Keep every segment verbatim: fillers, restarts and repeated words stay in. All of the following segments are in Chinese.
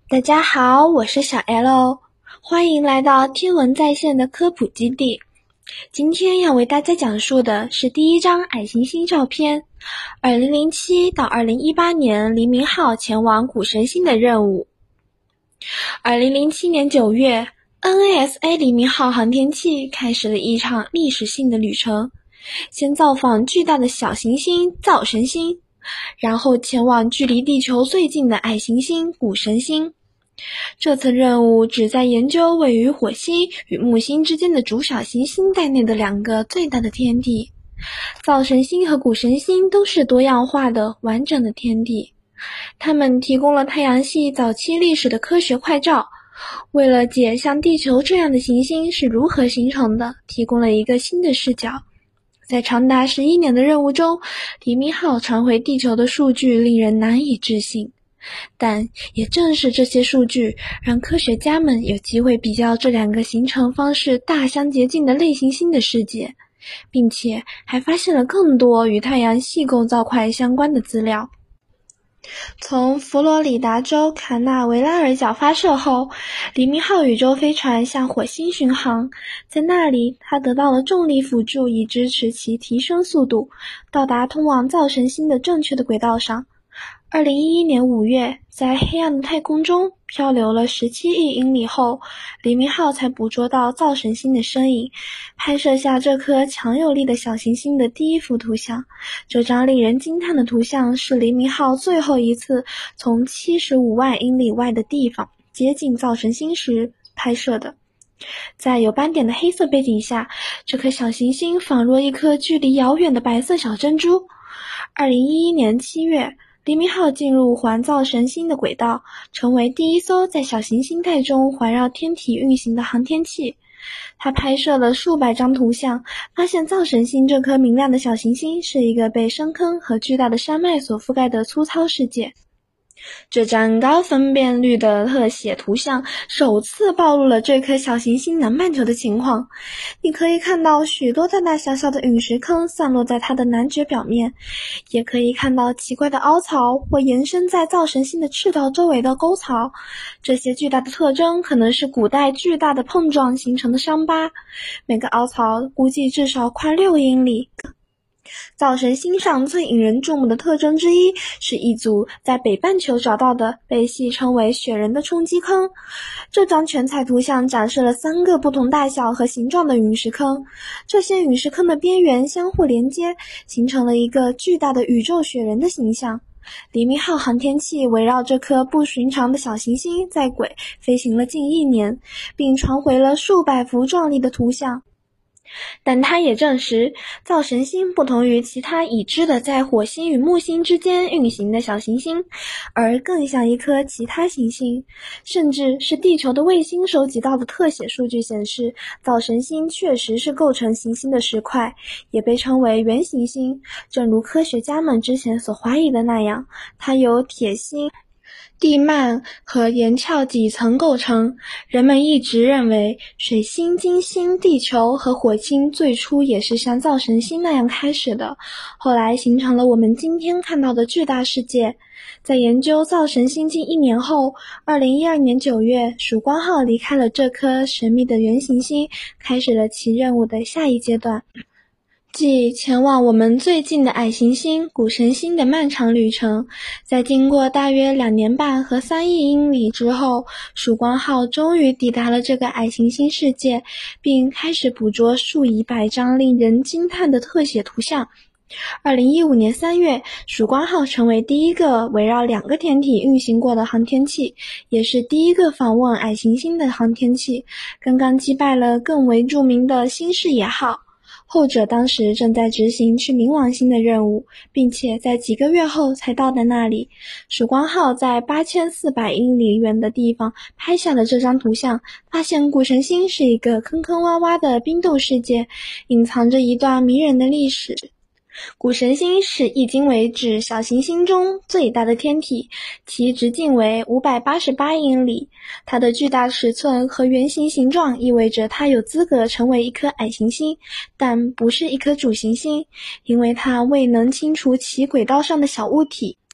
大家好，我是小 L， 欢迎来到天文在线的科普基地。今天要为大家讲述的是第一张矮行星照片，二零零七到二零一八年黎明号前往谷神星的任务。二零零七年九月 ，N A S A 黎明号航天器开始了一场历史性的旅程，先造访巨大的小行星灶神星，然后前往距离地球最近的矮行星谷神星。这次任务旨在研究位于火星与木星之间的主小行星在内的两个最大的天体。灶神星和谷神星都是多样化的完整的天体，它们提供了太阳系早期历史的科学快照，为了解像地球这样的行星是如何形成的，提供了一个新的视角。在长达十一年的任务中，黎明号传回地球的数据令人难以置信。但也正是这些数据，让科学家们有机会比较这两个形成方式大相捷径的类行星的世界，并且还发现了更多与太阳系构造块相关的资料。从佛罗里达州卡纳维拉尔角发射后，黎明号宇宙飞船向火星巡航，在那里它得到了重力辅助，以支持其提升速度，到达通往灶神星的正确的轨道上。二零一一年五月，在黑暗的太空中漂流了十七亿英里后，黎明号才捕捉到灶神星的身影，拍摄下这颗强有力的小行星的第一幅图像。这张令人惊叹的图像是黎明号最后一次从七十五万英里外的地方接近灶神星时拍摄的。在有斑点的黑色背景下，这颗小行星仿若一颗距离遥远的白色小珍珠。二零一一年七月，黎明号进入环灶神星的轨道，成为第一艘在小行星带中环绕天体运行的航天器。它拍摄了数百张图像，发现灶神星这颗明亮的小行星是一个被深坑和巨大的山脉所覆盖的粗糙世界。这张高分辨率的特写图像首次暴露了这颗小行星南半球的情况。你可以看到许多大大小小的陨石坑散落在它的南绝表面，也可以看到奇怪的凹槽或延伸在灶神星的赤道周围的沟槽。这些巨大的特征可能是古代巨大的碰撞形成的伤疤，每个凹槽估计至少宽六英里。灶神星上最引人注目的特征之一是一组在北半球找到的被戏称为雪人的冲击坑。这张全彩图像展示了三个不同大小和形状的陨石坑，这些陨石坑的边缘相互连接，形成了一个巨大的宇宙雪人的形象。黎明号航天器围绕这颗不寻常的小行星在轨飞行了近一年，并传回了数百幅壮丽的图像。但它也证实，灶神星不同于其他已知的在火星与木星之间运行的小行星，而更像一颗其他行星。甚至是地球的卫星收集到的特写数据显示，灶神星确实是构成行星的石块，也被称为原行星。正如科学家们之前所怀疑的那样，它由铁锌、地幔和岩壳几层构成。人们一直认为水星、金星、地球和火星最初也是像灶神星那样开始的，后来形成了我们今天看到的巨大世界。在研究灶神星近一年后，二零一二年九月，曙光号离开了这颗神秘的原行星，开始了其任务的下一阶段，即前往我们最近的矮行星谷神星的漫长旅程。在经过大约两年半和三亿英里之后，曙光号终于抵达了这个矮行星世界，并开始捕捉数以百张令人惊叹的特写图像。二零一五年三月，曙光号成为第一个围绕两个天体运行过的航天器，也是第一个访问矮行星的航天器，刚刚击败了更为著名的新视野号。后者当时正在执行去冥王星的任务，并且在几个月后才到达那里。曙光号在八千四百英里远的地方拍下了这张图像，发现谷神星是一个坑坑洼洼的冰冻世界，隐藏着一段迷人的历史。谷神星是迄今为止小行星中最大的天体，其直径为五百八十八英里。它的巨大尺寸和圆形形状意味着它有资格成为一颗矮行星，但不是一颗主行星，因为它未能清除其轨道上的小物体。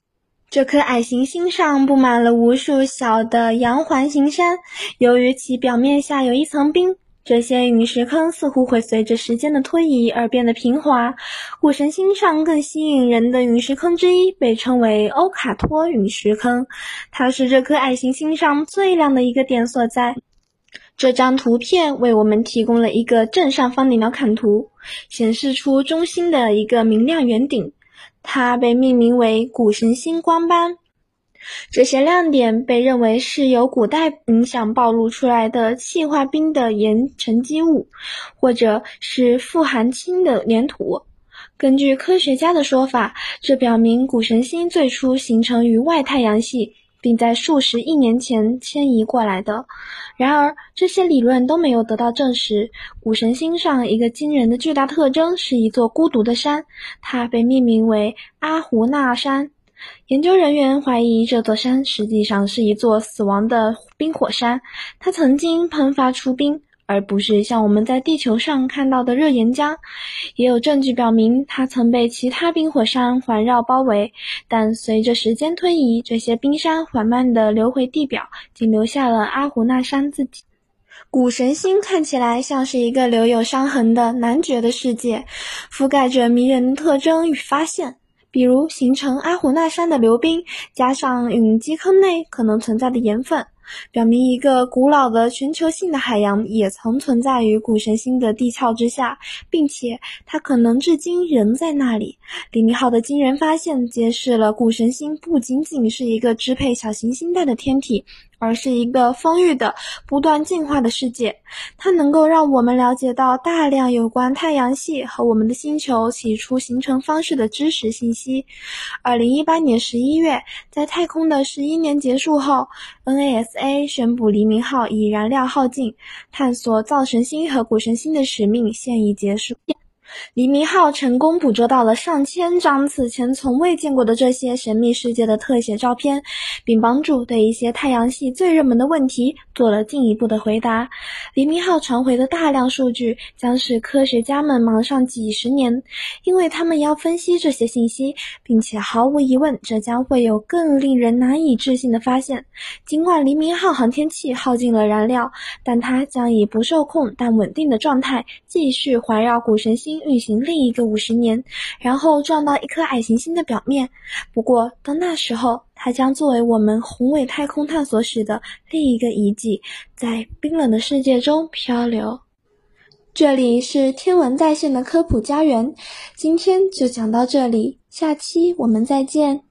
这颗矮行星上布满了无数小的阳环形山，由于其表面下有一层冰，这些陨石坑似乎会随着时间的推移而变得平滑。谷神星上更吸引人的陨石坑之一被称为欧卡托陨石坑，它是这颗矮行星上最亮的一个点所在。这张图片为我们提供了一个正上方的鸟瞰图，显示出中心的一个明亮圆顶，它被命名为谷神星光斑。这些亮点被认为是由古代影响暴露出来的气化冰的岩沉积物，或者是富含氢的粘土。根据科学家的说法，这表明谷神星最初形成于外太阳系，并在数十亿年前迁移过来的。然而，这些理论都没有得到证实。谷神星上一个惊人的巨大特征是一座孤独的山，它被命名为阿胡纳山。研究人员怀疑这座山实际上是一座死亡的冰火山，它曾经喷发出冰，而不是像我们在地球上看到的热岩浆。也有证据表明它曾被其他冰火山环绕包围，但随着时间推移，这些冰山缓慢地流回地表，仅留下了阿胡纳山自己。谷神星看起来像是一个留有伤痕的男爵的世界，覆盖着迷人的特征与发现，比如形成阿胡纳山的流冰，加上陨击坑内可能存在的盐分，表明一个古老的全球性的海洋也曾存在于谷神星的地壳之下，并且它可能至今仍在那里。黎明号的惊人发现揭示了谷神星不仅仅是一个支配小行星带的天体，而是一个丰裕的、不断进化的世界。它能够让我们了解到大量有关太阳系和我们的星球起初形成方式的知识信息。二零一八年十一月，在太空的十一年结束后， N A S A 宣布黎明号已燃料耗尽，探索造神星和谷神星的使命现已结束。黎明号成功捕捉到了上千张此前从未见过的这些神秘世界的特写照片，并帮助对一些太阳系最热门的问题做了进一步的回答。黎明号传回的大量数据将使科学家们忙上几十年，因为他们要分析这些信息，并且毫无疑问，这将会有更令人难以置信的发现。尽管黎明号航天器耗尽了燃料，但它将以不受控但稳定的状态继续环绕谷神星运行另一个五十年，然后撞到一颗矮行星的表面。不过到那时候，它将作为我们宏伟太空探索史的另一个遗迹，在冰冷的世界中漂流。这里是天文在线的科普家园，今天就讲到这里，下期我们再见。